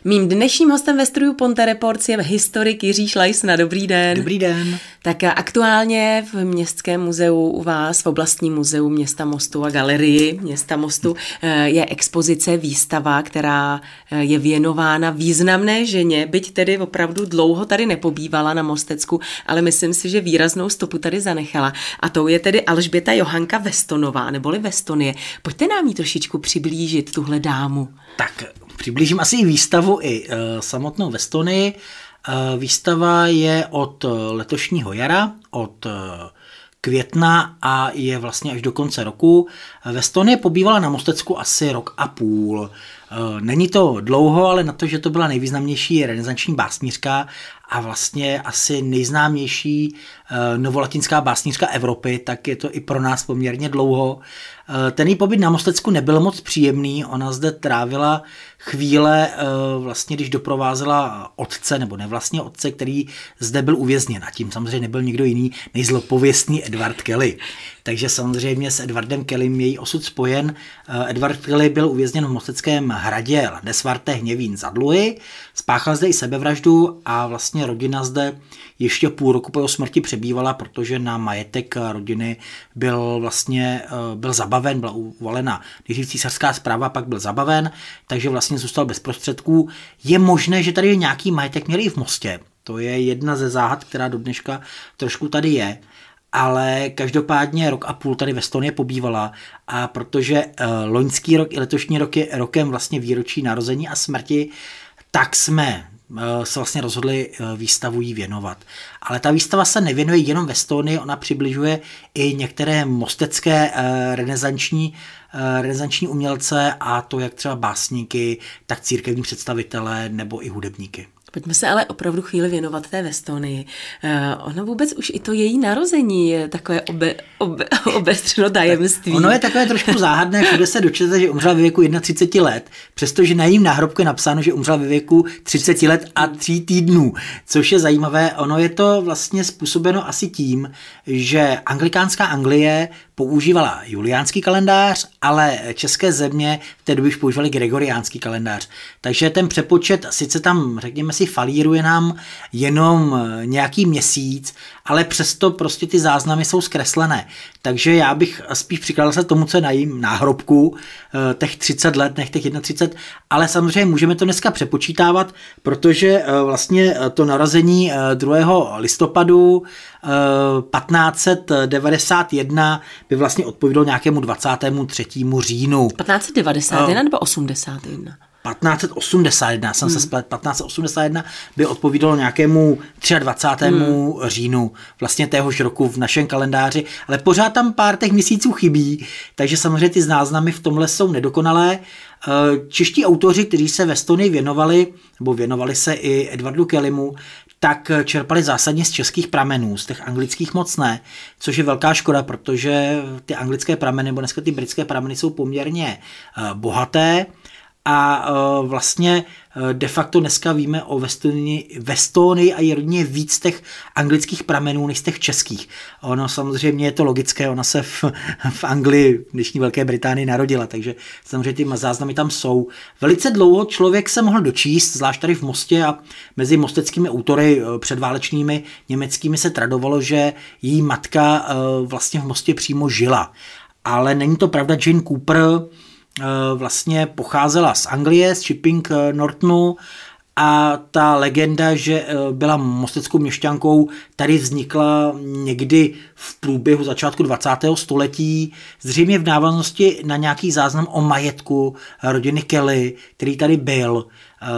Mým dnešním hostem ve studiu Ponte Reports je historik Jiří Šlajsna. Dobrý den. Dobrý den. Tak aktuálně v Městském muzeu u vás, v oblastním muzeu města Mostu a galerii města Mostu je expozice, výstava, která je věnována významné ženě, byť tedy opravdu dlouho tady nepobývala na Mostecku, ale myslím si, že výraznou stopu tady zanechala. A tou je tedy Alžběta Johanka Westonová, neboli Westonie. Pojďte nám jí trošičku přiblížit, tuhle dámu. Tak přiblížím asi i výstavu, i samotnou Westonii. Výstava je od letošního jara, od května a je vlastně až do konce roku. Westonie pobývala na Mostecku asi rok a půl. Není to dlouho, ale na to, že to byla nejvýznamnější renesanční básnířka a vlastně asi nejznámější novolatinská básnířka Evropy, tak je to i pro nás poměrně dlouho. Ten její pobyt na Mostecku nebyl moc příjemný, ona zde trávila chvíle, vlastně když doprovázela otce, nebo nevlastně otce, který zde byl uvězněn. A tím samozřejmě nebyl nikdo jiný než zlopověstný Edward Kelly. Takže samozřejmě s Edwardem Kellym je její osud spojen. Edward Kelly byl uvězněn v Mosteckém hradě Landeswarte Hněvín za dluhy, spáchal zde i sebevraždu a vlastně rodina zde ještě půl roku po jeho smrti přebývala, protože na majetek rodiny byl zabaven, byla uvalena nejdřív císařská správa, pak byl zabaven, takže vlastně zůstal bez prostředků. Je možné, že tady nějaký majetek měli i v Mostě. To je jedna ze záhad, která do dneška trošku tady je. Ale každopádně rok a půl tady Westonie pobývala a protože loňský rok i letošní rok je rokem vlastně výročí narození a smrti, tak jsme se vlastně rozhodli výstavu jí věnovat. Ale ta výstava se nevěnuje jenom Westonii, ona přibližuje i některé mostecké renesanční umělce a to jak třeba básníky, tak církevní představitele nebo i hudebníky. Pojďme se ale opravdu chvíli věnovat té Westonii. Ono vůbec už i to její narození je takové obestřeno tajemství. Ono je takové trošku záhadné, všude se dočtete, že umřela ve věku 31 let, přestože na jejím náhrobku je napsáno, že umřela ve věku 30 let a 3 týdnů, což je zajímavé. Ono je to vlastně způsobeno asi tím, že anglikánská Anglie používala juliánský kalendář, ale české země v té době už používali gregoriánský kalendář. Takže ten přepočet sice tam, řekněme si, falíruje nám jenom nějaký měsíc, ale přesto prostě ty záznamy jsou zkreslené. Takže já bych spíš přikládal se tomu, co je na jejím náhrobku, těch 30 let, nech těch 31, ale samozřejmě můžeme to dneska přepočítávat, protože vlastně to narození 2. listopadu 1591 by vlastně odpovídalo nějakému 23. říjnu. 1591 nebo 81? 1581, jsem se splet, 1581 by odpovídalo nějakému 23. říjnu vlastně téhož roku v našem kalendáři, ale pořád tam pár těch měsíců chybí, takže samozřejmě ty záznamy v tomhle jsou nedokonalé. Čeští autoři, kteří se Westonii věnovali se i Edwardu Kellymu, tak čerpali zásadně z českých pramenů, z těch anglických moc ne, což je velká škoda, protože ty anglické prameny, nebo dneska ty britské prameny jsou poměrně bohaté. A vlastně de facto dneska víme o Westonii a je rodině víc těch anglických pramenů než z těch českých. Ono samozřejmě je to logické, ona se v Anglii, v dnešní Velké Británii narodila, takže samozřejmě ty záznamy tam jsou. Velice dlouho člověk se mohl dočíst, zvlášť tady v Mostě a mezi mosteckými autory předválečnými německými se tradovalo, že její matka vlastně v Mostě přímo žila. Ale není to pravda, Jane Cooper vlastně pocházela z Anglie, z Chipping Nortonu a ta legenda, že byla mosteckou měšťankou, tady vznikla někdy v průběhu začátku 20. století, zřejmě v návaznosti na nějaký záznam o majetku rodiny Kelly, který tady byl.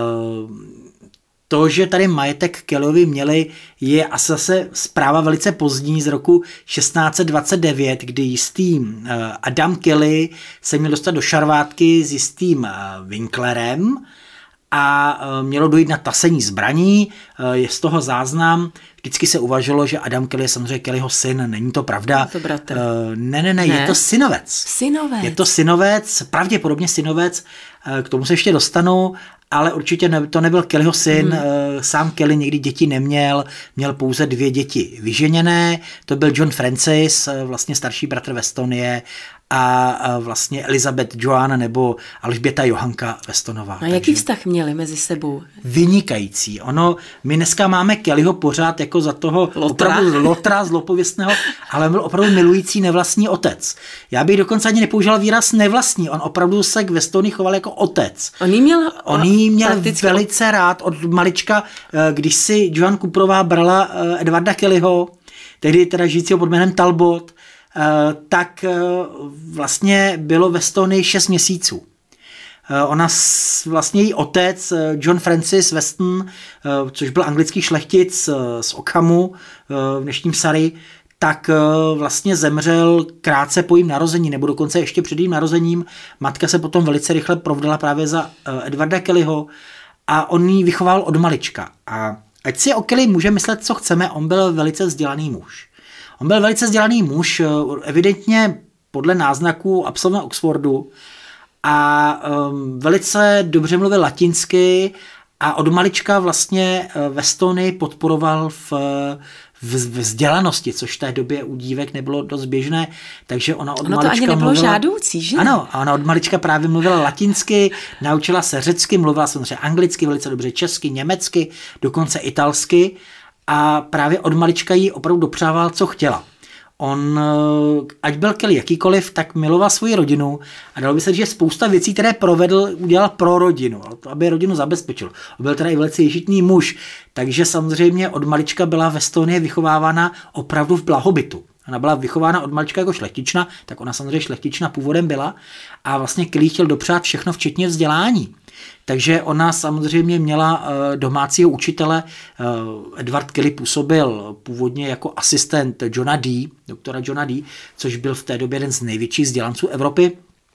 To, že tady majetek Kellyovi měli, je asi zase zpráva velice pozdní z roku 1629, kdy jistý Adam Kelly se měl dostat do šarvátky s jistým Winklerem a mělo dojít na tasení zbraní. Je z toho záznam. Vždycky se uvažovalo, že Adam Kelly je samozřejmě Kellyho syn, není to pravda. Je to bratr. Ne, je to synovec. Synovec. Je to synovec, pravděpodobně synovec, k tomu se ještě dostanu, ale určitě to nebyl Kellyho syn, sám Kelly někdy děti neměl, měl pouze 2 děti vyženěné, to byl John Francis, vlastně starší bratr Westonie a vlastně Elizabeth Joanna nebo Alžběta Johanka Westonová. A jaký vztah měli mezi sebou? Vynikající. My dneska máme Kellyho pořád jako za toho opravdu lotra zlopověstného, ale byl opravdu milující nevlastní otec. Já bych dokonce ani nepoužil výraz nevlastní, on opravdu se k Westony choval jako otec. On jí měl velice rád od malička, když si Joan Cooperová brala Edwarda Kellyho, tehdy teda žijícího pod jménem Talbot, tak vlastně bylo Westony 6 měsíců. Vlastně její otec John Francis Weston, což byl anglický šlechtic z Ockhamu v dnešním Surrey, tak vlastně zemřel krátce po jím narození, nebo dokonce ještě před jím narozením. Matka se potom velice rychle provdala právě za Edwarda Kellyho a on ji vychoval od malička. A ať si o Kelly může myslet, co chceme, on byl velice vzdělaný muž. Evidentně podle náznaků absolvent Oxfordu a velice dobře mluvil latinsky a od malička vlastně Westony podporoval v vzdělanosti, což v té době u dívek nebylo dost běžné, takže ona od malička to ani nebylo žádoucí, že? Ano, a ona od malička právě mluvila latinsky, naučila se řecky, mluvila samozřejmě anglicky, velice dobře česky, německy, dokonce italsky a právě od malička jí opravdu dopřával, co chtěla. On, ať byl Kelly jakýkoliv, tak miloval svoji rodinu a dalo by se říct, že spousta věcí, které provedl, udělal pro rodinu, aby rodinu zabezpečil. On byl teda i velice ješitný muž, takže samozřejmě od malička byla Westonie vychovávána opravdu v blahobytu. Ona byla vychována od malička jako šlechtična, tak ona samozřejmě šlechtična původem byla a vlastně Kelly chtěl dopřát všechno, včetně vzdělání. Takže ona samozřejmě měla domácího učitele. Edward Kelly působil původně jako asistent doktora Johna Dee, což byl v té době jeden z největších vzdělanců Evropy.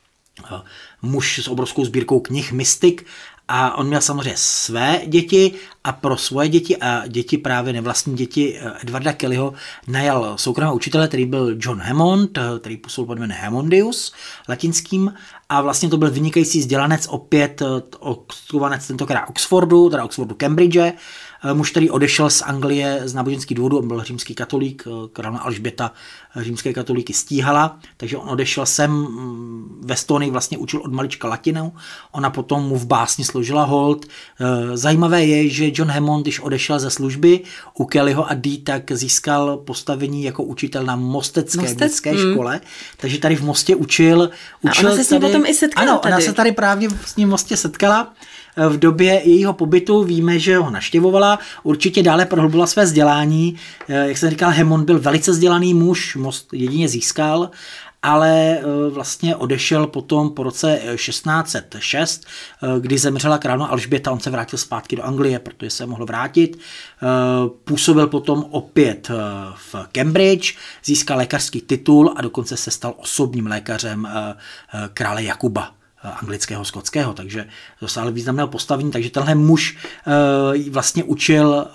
Muž s obrovskou sbírkou knih, mystik, a on měl samozřejmě své děti a pro svoje děti a děti právě nevlastní děti Edwarda Kellyho najal soukromého učitele, který byl John Hammond, který působil pod jménem Hammondius latinským, a vlastně to byl vynikající vzdělanec, opět studovanec tentokrát Oxfordu Cambridge, muž, který odešel z Anglie z náboženských důvodů, on byl římský katolík, královna Alžběta římské katolíky stíhala, takže on odešel sem, Westony vlastně učil od malička latinu, ona potom mu v básni složila hold. Zajímavé je, že John Hammond, když odešel ze služby u Kellyho a Dee, tak získal postavení jako učitel na mostecké městské škole, takže tady v Mostě učil. A ona se s ním potom i setkala. Ano, ona se tady právě s ním v Mostě setkala. V době jejího pobytu víme, že ho navštěvovala, určitě dále prohlubila své vzdělání. Jak jsem říkal, Hammond byl velice vzdělaný muž, Most jedině získal, ale vlastně odešel potom po roce 1606, kdy zemřela královna Alžběta, on se vrátil zpátky do Anglie, protože se mohl vrátit. Působil potom opět v Cambridge, získal lékařský titul a dokonce se stal osobním lékařem krále Jakuba anglického, skotského, takže dosáhl významného postavení, takže tenhle muž vlastně učil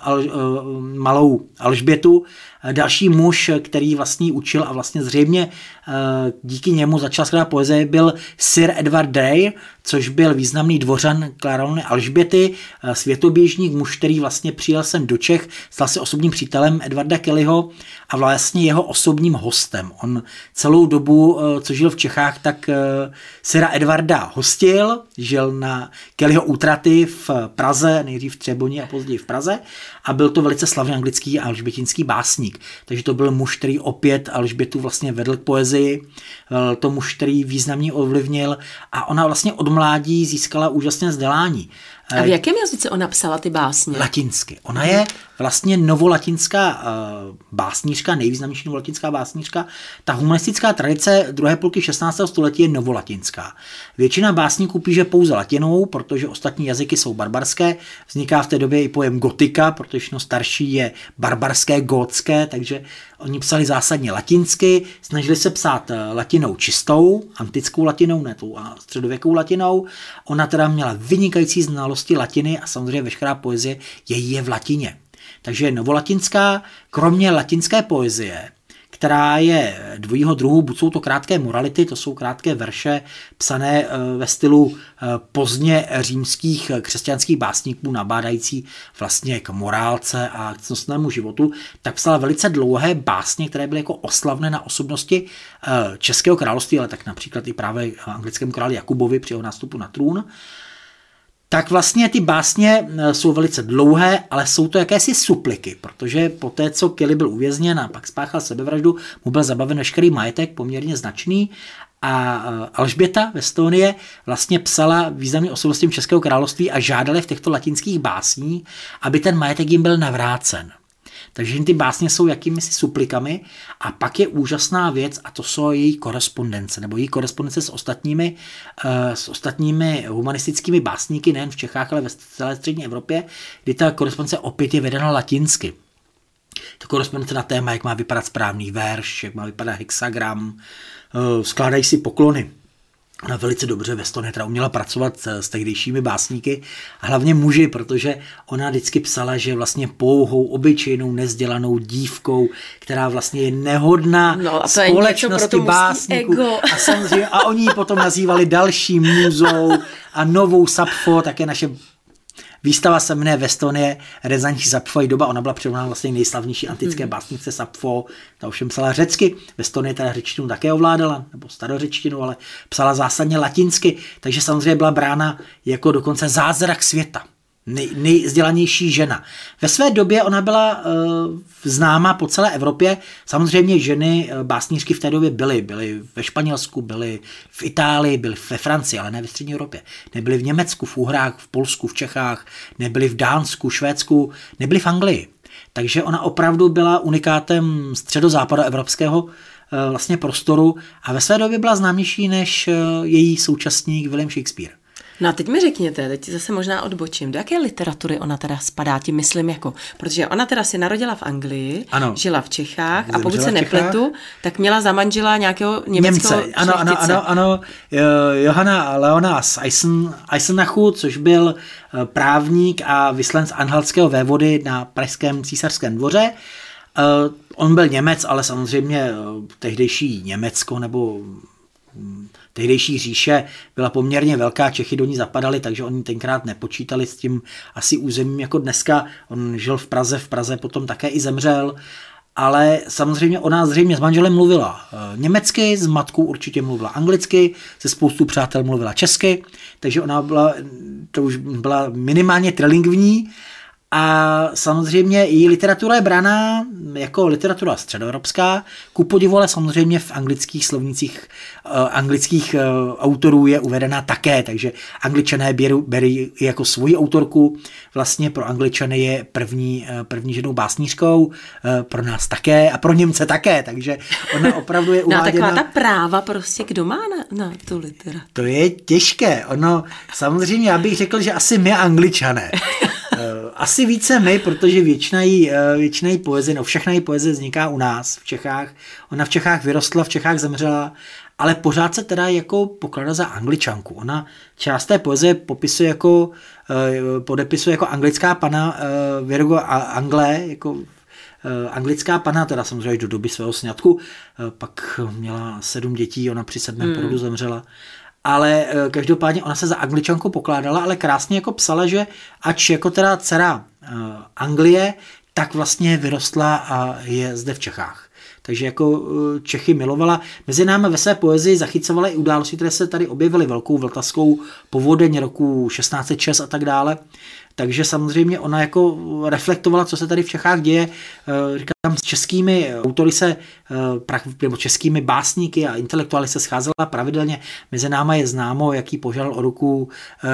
malou Alžbětu. Další muž, který vlastně učil a vlastně zřejmě díky němu začal skládat poezie, byl Sir Edward Dare, což byl významný dvořan královny Alžběty, světoběžník, muž, který vlastně přijel sem do Čech, stal se osobním přítelem Edwarda Kellyho a vlastně jeho osobním hostem. On celou dobu, co žil v Čechách, tak Sira Edwarda hostil, žil na Kellyho útraty v Praze, nejdřív v Třeboni a později v Praze, a byl to velice slavný anglický a alžbětinský básník. Takže to byl muž, který opět Alžbětu vlastně vedl k poezii, to muž, který významně ovlivnil, a ona vlastně od mládí získala úžasné vzdělání. A v jakém jazyce ona psala ty básně? Latinsky. Ona je vlastně novolatinská básnířka, nejvýznamnější novolatinská básnířka. Ta humanistická tradice druhé půlky 16. století je novolatinská. Většina básníků píše pouze latinou, protože ostatní jazyky jsou barbarské. Vzniká v té době i pojem gotika, protože starší je barbarské, gótské, takže oni psali zásadně latinsky, snažili se psát latinou čistou, antickou latinou, ne tou středověkou latinou. Ona teda měla vynikající znalosti latiny a samozřejmě veškerá poezie je v latině. Takže je novolatinská, kromě latinské poezie, která je dvojího druhu, buď jsou to krátké morality, to jsou krátké verše psané ve stylu pozdně římských křesťanských básníků, nabádající vlastně k morálce a k cnostnému životu, tak psala velice dlouhé básně, které byly jako oslavné na osobnosti Českého království, ale tak například i právě anglickému králi Jakubovi při jeho nástupu na trůn. Tak vlastně ty básně jsou velice dlouhé, ale jsou to jakési supliky, protože po té, co Kelly byl uvězněn a pak spáchal sebevraždu, mu byl zabaven veškerý majetek, poměrně značný, a Alžběta Westonie vlastně psala významným osobnostem Českého království a žádali v těchto latinských básních, aby ten majetek jim byl navrácen. Takže ty básně jsou jakýmisi suplikami a pak je úžasná věc a to jsou její korespondence, nebo její korespondence s ostatními humanistickými básníky, nejen v Čechách, ale ve celé střední Evropě, kdy ta korespondence opět je vedena latinsky. To korespondence na téma, jak má vypadat správný verš, jak má vypadat hexagram, skládají si poklony. Ona velice dobře Westonie teda uměla pracovat s tehdejšími básníky a hlavně muži, protože ona vždycky psala, že vlastně pouhou, obyčejnou, nezdělanou dívkou, která vlastně je nehodná společnosti básníků. A samozřejmě, a oni ji potom nazývali další můzou a novou Sapfo, také naše výstava se jmenuje Westonie, rezanční Sapfo doba, ona byla přirovnána vlastně nejslavnější antické básnice Sapfo, ta ovšem psala řecky, Westonie teda řečtinu také ovládala, nebo starořečtinu, ale psala zásadně latinsky, takže samozřejmě byla brána jako dokonce zázrak světa. Nejvzdělanější žena. Ve své době ona byla známa po celé Evropě. Samozřejmě ženy básnířky v té době byly ve Španělsku, byly v Itálii, byly ve Francii, ale ne ve střední Evropě. Nebyly v Německu, v Úhrách, v Polsku, v Čechách, nebyly v Dánsku, Švédsku, nebyly v Anglii. Takže ona opravdu byla unikátem středozápadoevropského vlastně prostoru a ve své době byla známější než její současník William Shakespeare. No a teď mi řekněte, teď zase možná odbočím, do jaké literatury ona teda spadá, tím myslím jako, protože ona teda se narodila v Anglii, ano, žila v Čechách a pokud se nepletu, tak měla za manžela nějakého německého Němce. Ano, Johanna Leona z Eisenachu, což byl právník a vyslanec anhaltského vévody na pražském císařském dvoře. On byl Němec, ale samozřejmě tehdejší Německo nebo tehdejší říše byla poměrně velká, Čechy do ní zapadaly, takže oni tenkrát nepočítali s tím asi územím jako dneska. On žil v Praze potom také i zemřel, ale samozřejmě ona zřejmě s manželem mluvila německy, s matkou určitě mluvila anglicky, se spoustu přátel mluvila česky, takže ona už byla minimálně trilingvní. A samozřejmě její literatura je brána jako literatura středoevropská, ku podivu, ale samozřejmě v anglických slovnících anglických autorů je uvedena také, takže Angličané berí jako svoji autorku, vlastně pro Angličany je první ženou básnířkou, pro nás také a pro Němce také, takže ona opravdu je uváděna. No a taková ta práva prostě, kdo má na tu literaturu? To je těžké, samozřejmě já bych řekl, že asi my Angličané. Asi více my, protože většina její poezie, no všechna její poezie vzniká u nás v Čechách. Ona v Čechách vyrostla, v Čechách zemřela, ale pořád se teda jako pokládá za Angličanku. Ona část té poezie podepisuje jako anglická pana Virgo Anglé, jako anglická pana, teda samozřejmě do doby svého sňatku, pak měla 7 dětí, ona při 7. porodu zemřela. Ale každopádně ona se za Angličanku pokládala, ale krásně jako psala, že ač jako teda dcera Anglie, tak vlastně vyrostla a je zde v Čechách. Takže jako Čechy milovala. Mezi námi ve své poezii zachycovala i události, které se tady objevily, velkou vltavskou povodeň roku 1606 a tak dále. Takže samozřejmě ona jako reflektovala, co se tady v Čechách děje. Říkám, s českými autory nebo českými básníky a intelektuály se scházela pravidelně. Mezi náma je známo, jaký požádal o ruku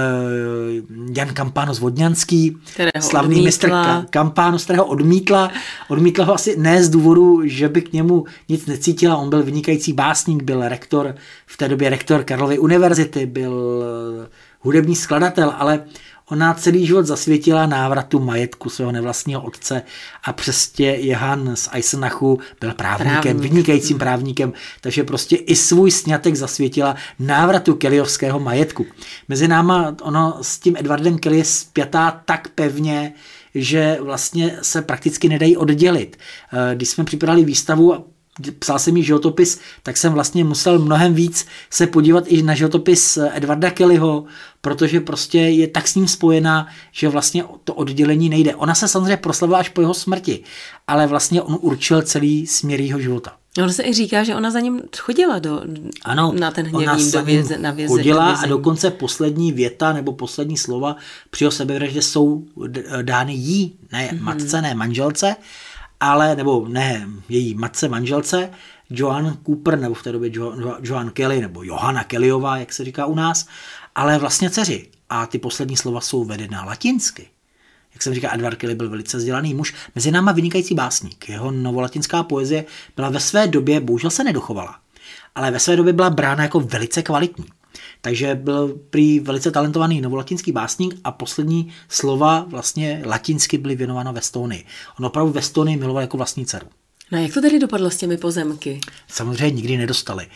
Jan Kampános Vodňanský, slavný mistr Kampános, kterého odmítla. Odmítla ho asi ne z důvodu, že by k němu nic necítila. On byl vynikající básník, byl rektor, v té době rektor Karlovy univerzity, byl hudební skladatel, ale ona celý život zasvětila návratu majetku svého nevlastního otce a přesně Johann z Eisenachu byl právníkem, vynikajícím právníkem, takže prostě i svůj sňatek zasvětila návratu Kellyovského majetku. Mezi náma ono s tím Edwardem Kelly je spjatá tak pevně, že vlastně se prakticky nedají oddělit. Když jsme připravili výstavu psal jsem jí životopis, tak jsem vlastně musel mnohem víc se podívat i na životopis Edwarda Kellyho, protože prostě je tak s ním spojená, že vlastně to oddělení nejde. Ona se samozřejmě proslavila až po jeho smrti, ale on určil celý směr jeho života. Ono se i říká, že ona za ním chodila na ten Hněvnín na vězení. Chodila a dokonce poslední věta nebo poslední slova při jeho sebevraždě jsou dány jí, ne matce, ne manželce, nebo ne její matce, manželce, Joan Cooper, nebo v té době Joan Kelly, nebo Johanna Kellyová, jak se říká u nás, ale vlastně dceři. A ty poslední slova jsou vedená latinsky. Jak jsem říkal, Edward Kelly byl velice vzdělaný muž, mezi náma vynikající básník. Jeho novolatinská poezie byla ve své době, bohužel se nedochovala, ale ve své době byla brána jako velice kvalitní. Takže byl prý velice talentovaný novolatinský básník a poslední slova vlastně latinsky byly věnována Westonii. On opravdu Westonii miloval jako vlastní dceru. No a jak to tedy dopadlo s těmi pozemky? Samozřejmě nikdy nedostali.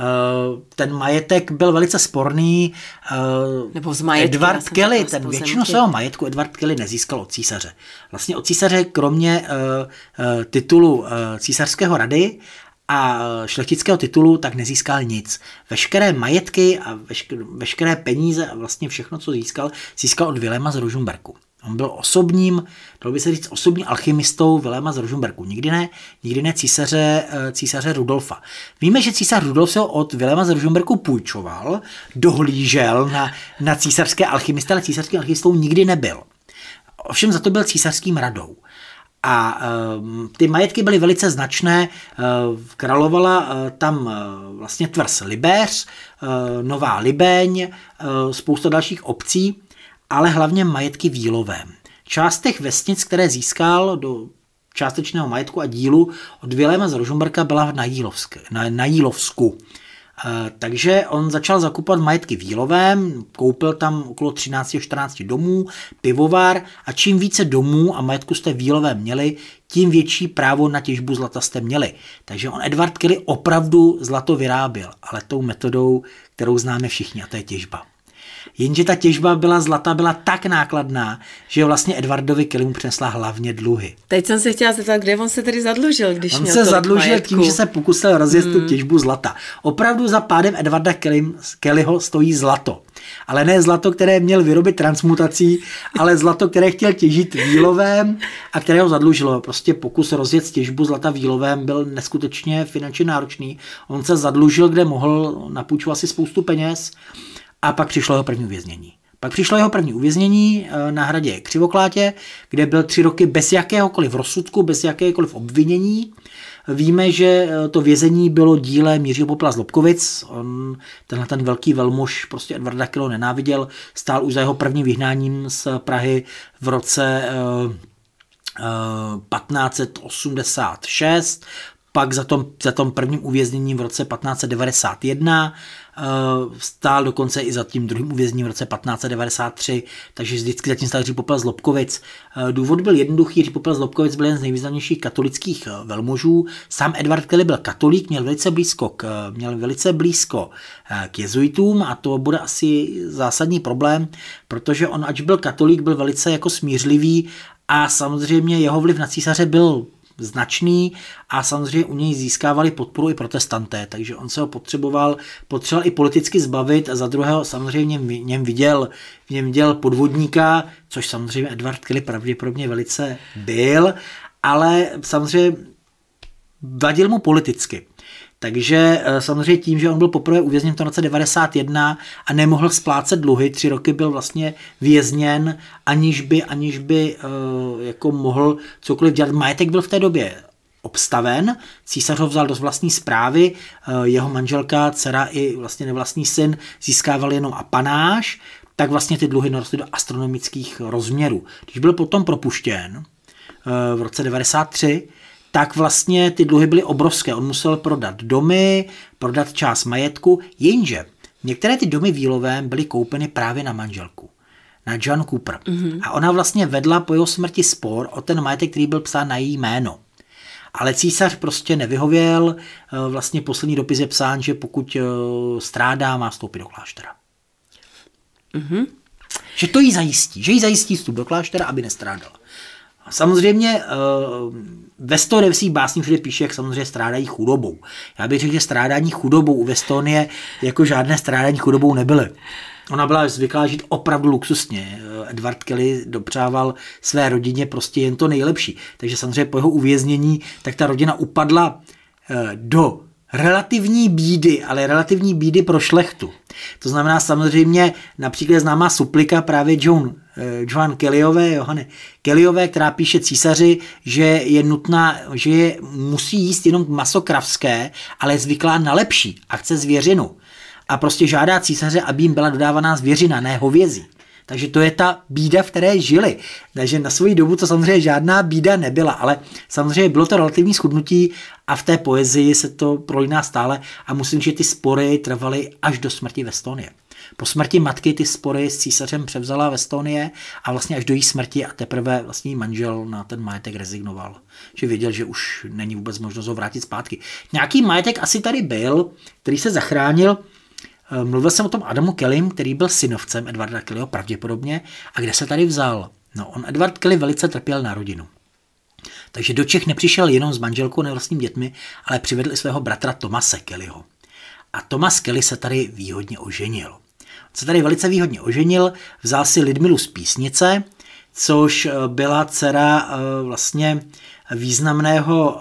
Ten majetek byl velice sporný. Nebo z majetky. Edward Kelly, ten většinu svého majetku Edward Kelly nezískal od císaře. Vlastně od císaře kromě titulu císařského rady a šlechtického titulu tak nezískal nic. Veškeré majetky a veškeré peníze a vlastně všechno, co získal od Viléma z Ružomberku. On byl dalo by se říct, osobním alchymistou Viléma z Ružomberku. Nikdy ne císaře Rudolfa. Víme, že císař Rudolf se ho od Viléma z Ružomberku půjčoval, dohlížel na císařské alchymisty, ale císařským alchymistou nikdy nebyl. Ovšem za to byl císařským radou. A ty majetky byly velice značné, královala tam vlastně tvrz Libéř, Nová Libeň, spousta dalších obcí, ale hlavně majetky Jílové. Část těch vesnic, které získal do částečného majetku a dílu od Viléma z Ružomberka byla na Jílovsku. Takže on začal zakupovat majetky v Jílovém, koupil tam okolo 13-14 domů, pivovar a čím více domů a majetku jste v Jílovém měli, tím větší právo na těžbu zlata jste měli. Takže on Edward Kelly opravdu zlato vyráběl, ale tou metodou, kterou známe všichni, a to je těžba. Jenže ta těžba zlata byla tak nákladná, že vlastně Edwardovi Kellymu přinesla hlavně dluhy. Teď jsem se chtěla zeptat, kde on se tedy zadlužil, když on měl se zadlužil majetku. Tím, že se pokusil rozjet tu těžbu zlata. Opravdu za pádem Edwarda Kellyho stojí zlato. Ale ne zlato, které měl vyrobit transmutací, ale zlato, které chtěl těžit v Jílovém a které ho zadlužilo. Prostě pokus rozjet těžbu zlata v Jílovém byl neskutečně finančně náročný. On se zadlužil, kde mohl, napůjčoval si spoustu peněz. A pak přišlo jeho první uvěznění na hradě Křivoklátě, kde byl 3 roky bez jakéhokoliv rozsudku, bez jakéhokoliv obvinění. Víme, že to vězení bylo dílem Jiřího Popela z Lobkovic. Ten velký velmož prostě Edwarda Kellyho nenáviděl. Stál už za jeho prvním vyhnáním z Prahy v roce 1586. Pak za tom prvním uvězněním v roce 1591, stál dokonce i za tím druhým uvězněním v roce 1593, takže vždycky zatím stál Jiří Popel z Lobkovic. Důvod byl jednoduchý, Jiří Popel z Lobkovic byl jeden z nejvýznamnějších katolických velmožů. Sám Edward Kelly byl katolík, měl velice blízko k jezuitům a to bude asi zásadní problém, protože on, ač byl katolík, byl velice jako smířlivý a samozřejmě jeho vliv na císaře byl značný a samozřejmě u něj získávali podporu i protestanté, takže on se ho potřeboval i politicky zbavit a za druhého samozřejmě v něm viděl podvodníka, což samozřejmě Edward Kelly pravděpodobně velice byl, ale samozřejmě vadil mu politicky. Takže samozřejmě tím, že on byl poprvé uvězněn v roce 91 a nemohl splácet dluhy, 3 roky byl vlastně vězněn, aniž by jako mohl cokoliv dělat. Majetek byl v té době obstaven, císař ho vzal do vlastní správy, jeho manželka, dcera i vlastně nevlastní syn získávali jenom apanáž, tak vlastně ty dluhy narostly do astronomických rozměrů. Když byl potom propuštěn v roce 93, tak vlastně ty dluhy byly obrovské. On musel prodat domy, prodat část majetku, jenže některé ty domy v Jílovém byly koupeny právě na manželku, na Joan Cooper. Mm-hmm. A ona vlastně vedla po jeho smrti spor o ten majetek, který byl psán na její jméno. Ale císař prostě nevyhověl, vlastně poslední dopis je psán, že pokud strádá, má vstoupit do kláštera. Mm-hmm. Že jí zajistí vstup do kláštera, aby nestrádala. Samozřejmě Veston ve svých básních všude píše, jak samozřejmě strádají chudobou. Já bych řekl, že strádání chudobou u Vestonie jako žádné strádání chudobou nebyly. Ona byla zvyklá žít opravdu luxusně. Edward Kelly dopřával své rodině prostě jen to nejlepší. Takže samozřejmě po jeho uvěznění tak ta rodina upadla do relativní bídy, ale relativní bídy pro šlechtu. To znamená samozřejmě například známá suplika právě Joan Kellyové, která píše císaři, že je nutná, že musí jíst jenom maso kravské, ale je zvyklá na lepší a chce zvěřinu. A prostě žádá císaře, aby jim byla dodávaná zvěřina, ne hovězí. Takže to je ta bída, v které žili. Takže na svoji dobu to samozřejmě žádná bída nebyla, ale samozřejmě bylo to relativní schudnutí a v té poezii se to prolíná stále a musím říct, že ty spory trvaly až do smrti Vestonie. Po smrti matky ty spory s císařem převzala Vestonie a vlastně až do její smrti a teprve vlastně jí manžel na ten majetek rezignoval. Že věděl, že už není vůbec možnost ho vrátit zpátky. Nějaký majetek asi tady byl, který se zachránil. Mluvil jsem o tom Adamu Kellym, který byl synovcem Edwarda Kellyho pravděpodobně. A kde se tady vzal? No, Edward Kelly velice trpěl na rodinu. Takže do Čech nepřišel jenom s manželkou a vlastními dětmi, ale přivedl i svého bratra Thomase Kellyho. A Thomas Kelly se tady výhodně oženil. On se tady velice výhodně oženil, vzal si Lidmilu z Písnice, což byla dcera vlastně významného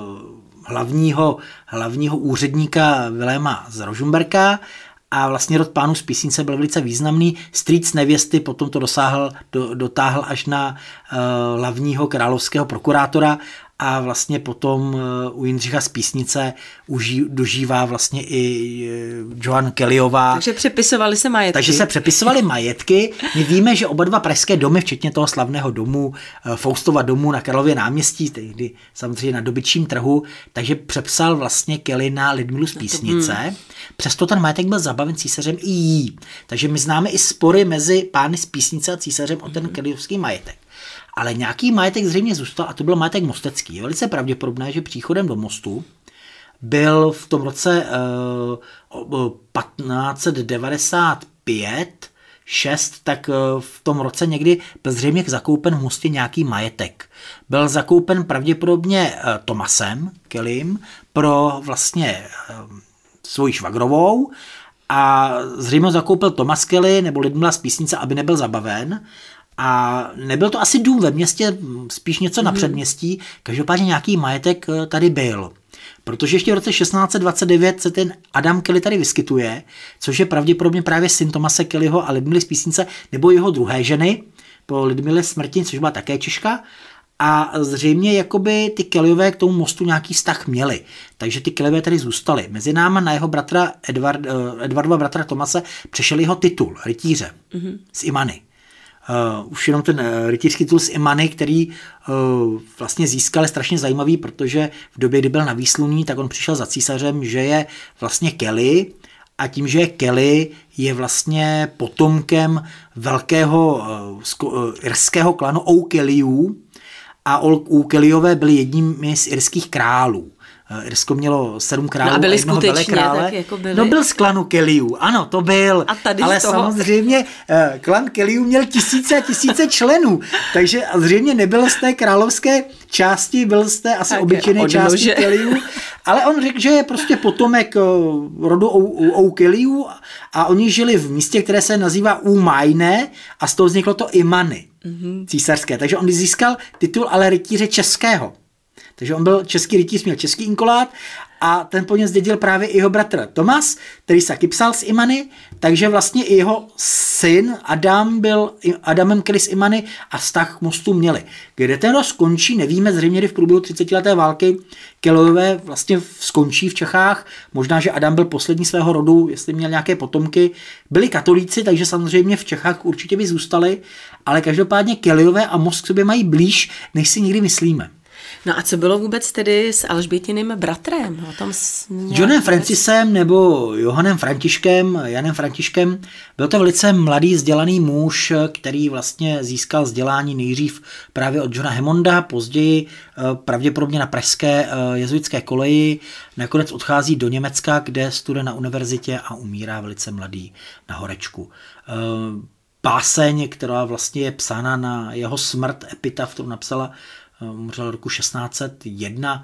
hlavního úředníka Viléma z Rožmberka a vlastně rod pánů z Písnice byl velice významný. Strýc nevěsty potom to dotáhl až na hlavního královského prokurátora a vlastně potom u Jindřicha z Písnice dožívá vlastně i Joan Kellyová. Takže přepisovaly se majetky. Takže se přepisovaly majetky. My víme, že oba dva pražské domy, včetně toho slavného domu, Faustova domu na Karlově náměstí, tehdy samozřejmě na Dobytčím trhu, takže přepsal vlastně Kelly na Lidmilu z Písnice. Přesto ten majetek byl zabaven císařem i jí. Takže my známe i spory mezi pány z Písnice a císařem o ten Kellyovský majetek. Ale nějaký majetek zřejmě zůstal a to byl majetek mostecký. Je velice pravděpodobné, že příchodem do Mostu byl v tom roce 1595 6, tak v tom roce někdy byl zřejmě zakoupen v Mostě nějaký majetek. Byl zakoupen pravděpodobně Thomasem Kellym pro vlastně svoji švagrovou a zřejmě zakoupil Thomas Kelly nebo Lidmila z Písnice, aby nebyl zabaven. A nebyl to asi dům ve městě, spíš něco na předměstí, každopádně nějaký majetek tady byl. Protože ještě v roce 1629 se ten Adam Kelly tady vyskytuje, což je pravděpodobně právě syn Thomase Kellyho a Lidmily z Písnice, nebo jeho druhé ženy, po Lidmile smrti, což byla také Češka. A zřejmě jakoby ty Kellyové k tomu Mostu nějaký vztah měli. Takže ty Kellyové tady zůstaly. Mezi náma na jeho bratra Edwardova bratra Thomase přešel jeho titul rytíře z Imany. Už jenom ten rytířský titul z Imany, který vlastně získal, je strašně zajímavý, protože v době, kdy byl na výsluní, tak on přišel za císařem, že je vlastně Kelly a tím, že je Kelly, je vlastně potomkem velkého irského klanu O'Kellyů a O'Kellyové byli jedními z irských králů. Irsko mělo 7 králů a byli jednoho velekrále. Jako byli? No byl z klanu Kellyů, ano, to byl. A tady ale samozřejmě klan Kellyů měl tisíce a tisíce členů, takže zřejmě nebyl z té královské části, byl z té asi obyčejné části Kellyů, ale on řekl, že je prostě potomek rodu O'Kellyů a oni žili v místě, které se nazývá Umajne a z toho vzniklo to Imany císařské, takže on získal titul ale rytíře českého. Takže on byl český rytíř, měl český inkolát a ten po něm zdědil právě i jeho bratr Tomas, který se taky psal z Imany, takže vlastně i jeho syn Adam byl Adamem Kelly z Imany a vztah k Mostu měli. Kde ten rod skončí, nevíme, zřejmě v průběhu 30leté války Kellyové vlastně skončí v Čechách, možná, že Adam byl poslední svého rodu, jestli měl nějaké potomky, byli katolíci, takže samozřejmě v Čechách určitě by zůstali, ale každopádně Kellyové a Most k sobě mají blíž, než si někdy myslíme. No a co bylo vůbec tedy s Alžbětiným bratrem? Johnem Francisem nebo Janem Františkem byl to velice mladý vzdělaný muž, který vlastně získal vzdělání nejdřív právě od Johna Hammonda, později pravděpodobně na pražské jezuitské koleji, nakonec odchází do Německa, kde studuje na univerzitě a umírá velice mladý na horečku. báseň, která vlastně je psána na jeho smrt, epitaf, kterou napsala, umřel roku 1601,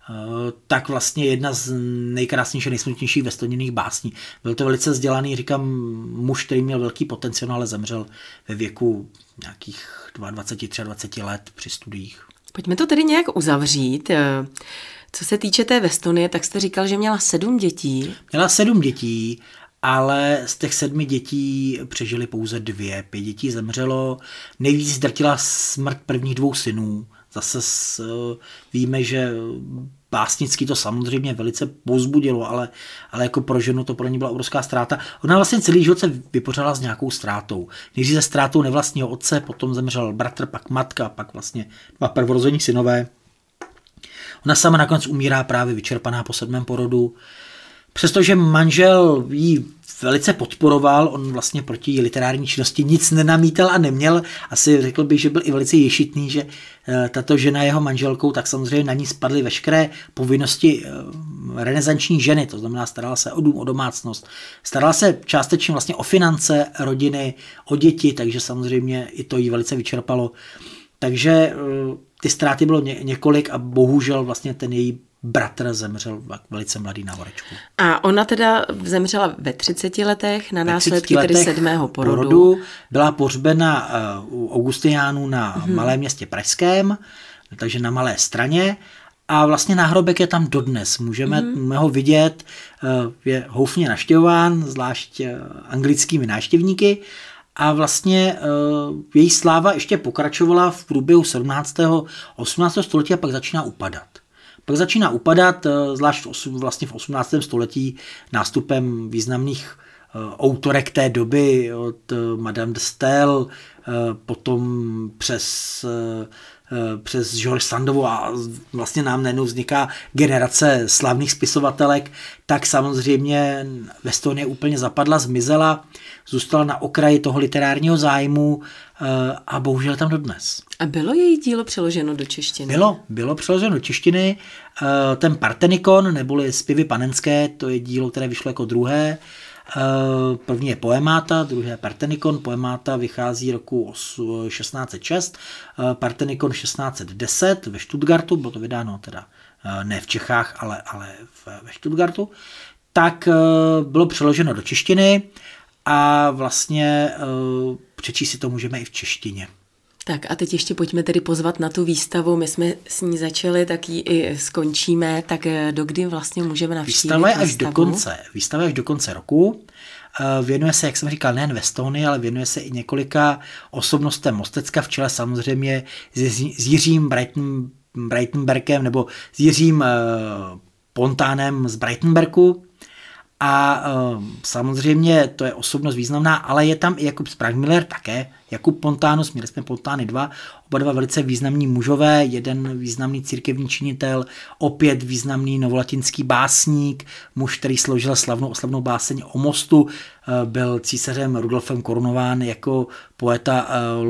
tak vlastně jedna z nejkrásnějších, nejsmutnějších vestonněných básní. Byl to velice vzdělaný, říkám, muž, který měl velký potenciál, ale zemřel ve věku nějakých 22, 23 let při studiích. Pojďme to tedy nějak uzavřít. Co se týče té Vestonie, tak jste říkal, že měla 7 dětí. Měla 7 dětí, ale z těch 7 dětí přežili pouze 2. 5 dětí zemřelo. Nejvíc zdrtila smrt prvních 2 synů. Zase víme, že básnicky to samozřejmě velice povzbudilo, ale jako pro ženu to pro ní byla obrovská ztráta. Ona vlastně celý život se vypořádala s nějakou ztrátou. Nejdřív se ztrátou nevlastního otce, potom zemřel bratr, pak matka, pak vlastně 2 prvorození synové. Ona sama nakonec umírá právě vyčerpaná po 7. porodu. Přestože manžel jí velice podporoval, on vlastně proti literární činnosti nic nenamítal a neměl. Asi řekl bych, že byl i velice ješitný, že tato žena jeho manželkou, tak samozřejmě na ní spadly veškeré povinnosti renesanční ženy, to znamená starala se o dům, o domácnost, starala se částečně vlastně o finance rodiny, o děti, takže samozřejmě i to jí velice vyčerpalo. Takže ty ztráty bylo několik a bohužel vlastně ten její bratr zemřel velice mladý na horečku. A ona teda zemřela ve 30 letech na následky tedy 7. porodu. Byla pohřbena u Augustiniánů na malém městě Pražském, takže na Malé Straně. A vlastně náhrobek je tam dodnes. Můžeme ho vidět, je houfně navštěvován, zvlášť anglickými návštěvníky. A vlastně její sláva ještě pokračovala v průběhu 17. 18. století a pak začíná upadat. Pak začíná upadat, zvlášť vlastně v 18. století nástupem významných autorek té doby, od Madame de Staël, potom přes George Sandovu a vlastně nám najednou vzniká generace slavných spisovatelek, tak samozřejmě Vestonie úplně zapadla, zmizela, zůstala na okraji toho literárního zájmu a bohužel tam dodnes. A bylo její dílo přeloženo do češtiny? Bylo přeloženo do češtiny. Ten Parthenikon, neboli Zpěvy panenské, to je dílo, které vyšlo jako druhé. První je Poemáta, druhé je Parthenikon. Poemáta vychází roku 1606, Parthenikon 1610 ve Stuttgartu, bylo to vydáno teda ne v Čechách, ale ve Stuttgartu. Tak bylo přeloženo do češtiny a vlastně přečíst si to můžeme i v češtině. Tak a teď ještě pojďme tedy pozvat na tu výstavu. My jsme s ní začali, tak ji i skončíme. Tak dokdy vlastně můžeme navštívit výstavu? Výstava je až do konce roku. Věnuje se, jak jsem říkal, nejen Vestonii, ale věnuje se i několika osobnostem Mostecka, v čele samozřejmě s Jiřím Breitenbergem nebo s Jiřím Pontánem z Breitenbergu. A samozřejmě to je osobnost významná, ale je tam i Jakub Sprangmüller také, Jakub Pontanus, měli jsme Pontány 2, oba 2 velice významní mužové, jeden významný církevní činitel, opět významný novolatinský básník, muž, který složil slavnou báseň o mostu, byl císařem Rudolfem korunován jako poeta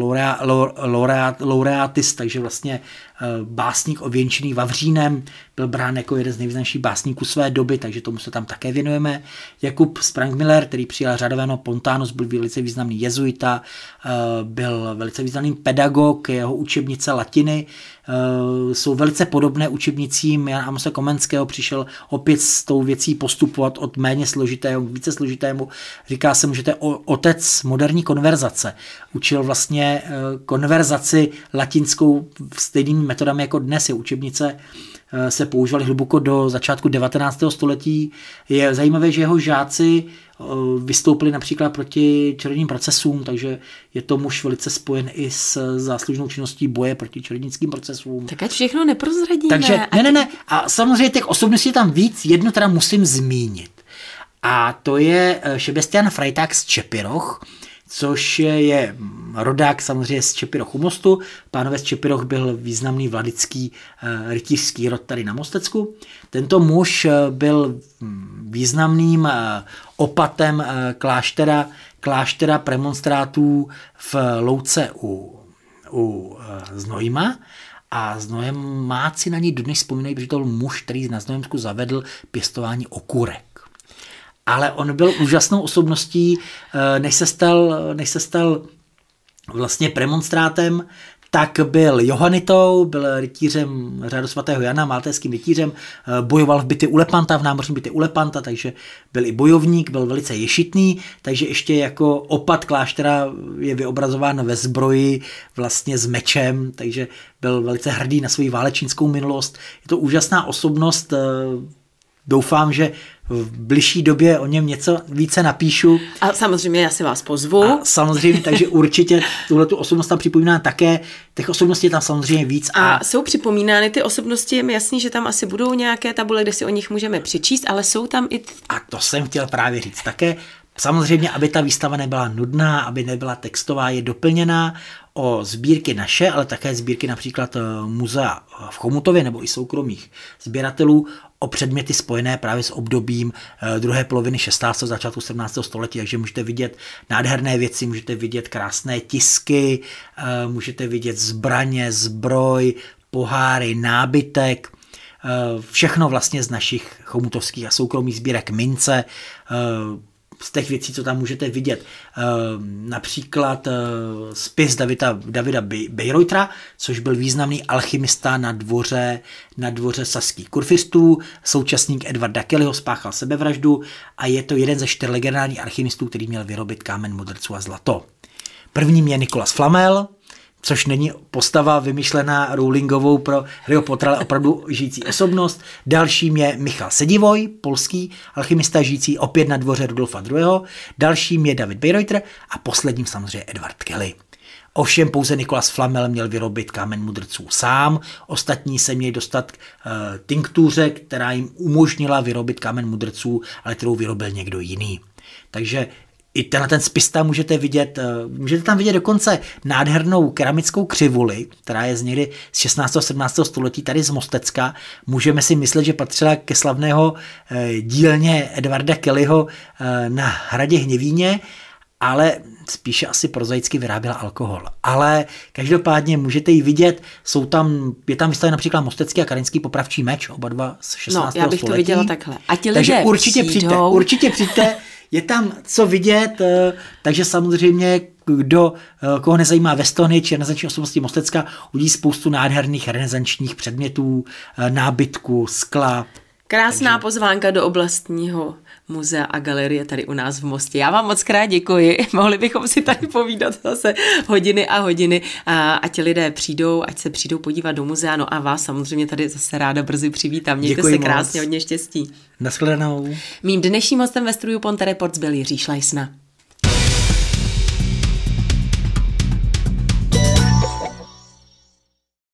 laureatis, takže vlastně básník ověnčený Vavřínem, byl brán jako jeden z nejvýznamnějších básníků své doby, takže tomu se tam také věnujeme. Jakub Sprangmüller, který přijal řadového Pontanus, byl velice významný jezuita, byl velice významný pedagog, jeho učebnice latiny jsou velice podobné učebnicím Jana Amose Komenského, přišel opět s tou věcí postupovat od méně složitého k více složitému. Říká se mu, že to je otec moderní konverzace. Učil vlastně konverzaci latinskou stejnými metodami jako dnes. Je učebnice se používaly hluboko do začátku 19. století. Je zajímavé, že jeho žáci vystoupili například proti čarodějným procesům, takže je to muž velice spojen i s záslužnou činností boje proti čarodějnickým procesům. Tak ať všechno neprozradíme. Takže ne. A samozřejmě těch osobností je tam víc, jedno teda musím zmínit. A to je Šebestián Frejták z Čepiroch, což je rodák samozřejmě z Čepiroch u Mostu. Pánové z Čepiroch byl významný vladický rytířský rod tady na Mostecku. Tento muž byl významným opatem kláštera premonstrátů v Louce u Znojma. A Znojmáci na něj dodnes vzpomínají, protože to byl muž, který na Znojemsku zavedl pěstování okurek. Ale on byl úžasnou osobností, než se stal vlastně premonstrátem, tak byl johanitou, byl rytířem řádu svatého Jana, maltéským rytířem, bojoval v bitvě u Lepanta, v námořní bitvě u Lepanta, takže byl i bojovník, byl velice ješitný, takže ještě jako opat kláštera je vyobrazován ve zbroji vlastně s mečem, takže byl velice hrdý na svou válečnickou minulost. Je to úžasná osobnost, doufám, že v bližší době o něm něco více napíšu. A samozřejmě já si vás pozvu. A samozřejmě, takže určitě tuhletu osobnost tam připomíná také. Těch osobností je tam samozřejmě víc. A jsou připomínány ty osobnosti, je mi jasný, že tam asi budou nějaké tabule, kde si o nich můžeme přečíst, ale jsou tam i... A to jsem chtěl právě říct také. Samozřejmě, aby ta výstava nebyla nudná, aby nebyla textová, je doplněná o sbírky naše, ale také sbírky například muzea v Chomutově nebo i soukromých sběratelů o předměty spojené právě s obdobím druhé poloviny 16. začátku 17. století, takže můžete vidět nádherné věci, můžete vidět krásné tisky, můžete vidět zbraně, zbroj, poháry, nábytek, všechno vlastně z našich chomutovských a soukromých sbírek, mince, z těch věcí, co tam můžete vidět. Například spis Davida Bayreutera, což byl významný alchymista na dvoře saských kurfistů, současník Edvarda Kellyho, spáchal sebevraždu a je to jeden ze 4 legendárních alchymistů, který měl vyrobit kámen mudrců a zlato. Prvním je Nicolas Flamel, což není postava vymyšlená Rowlingovou pro Harryho Pottera, ale opravdu žijící osobnost. Dalším je Michal Sedivoj, polský alchymista žijící opět na dvoře Rudolfa II. Dalším je David Bayreuther a posledním samozřejmě Edward Kelly. Ovšem pouze Nicolas Flamel měl vyrobit kámen mudrců sám, ostatní se měli dostat k tinktuře, která jim umožnila vyrobit kámen mudrců, ale kterou vyrobil někdo jiný. Takže i ten spis tam můžete tam vidět dokonce nádhernou keramickou křivuli, která je z někdy z 16. a 17. století tady z Mostecka. Můžeme si myslet, že patřila ke slavného dílně Edvarda Kellyho na hradě Hněvíně, ale spíše asi prozaicky vyráběla alkohol. Ale každopádně můžete ji vidět, je tam vystaven například mostecký a karinský popravčí meč, oba dva z 16. století. No, já bych to viděla takhle. A ti takže lidé určitě přijďte, je tam co vidět, takže samozřejmě koho nezajímá Westony či renesanční osobnosti Mostecka, uvidí spoustu nádherných renesančních předmětů, nábytku, skla. Krásná pozvánka do oblastního muzea a galerie tady u nás v Mostě. Já vám moc krát děkuji. Mohli bychom si tady povídat zase hodiny a hodiny. A ti lidé přijdou, ať se přijdou podívat do muzea. No a vás samozřejmě tady zase ráda brzy přivítám. Mějte se krásně, hodně štěstí. Nashledanou. Mým dnešním hostem ve studiu Ponte Reports byl Jiří Šlajsna.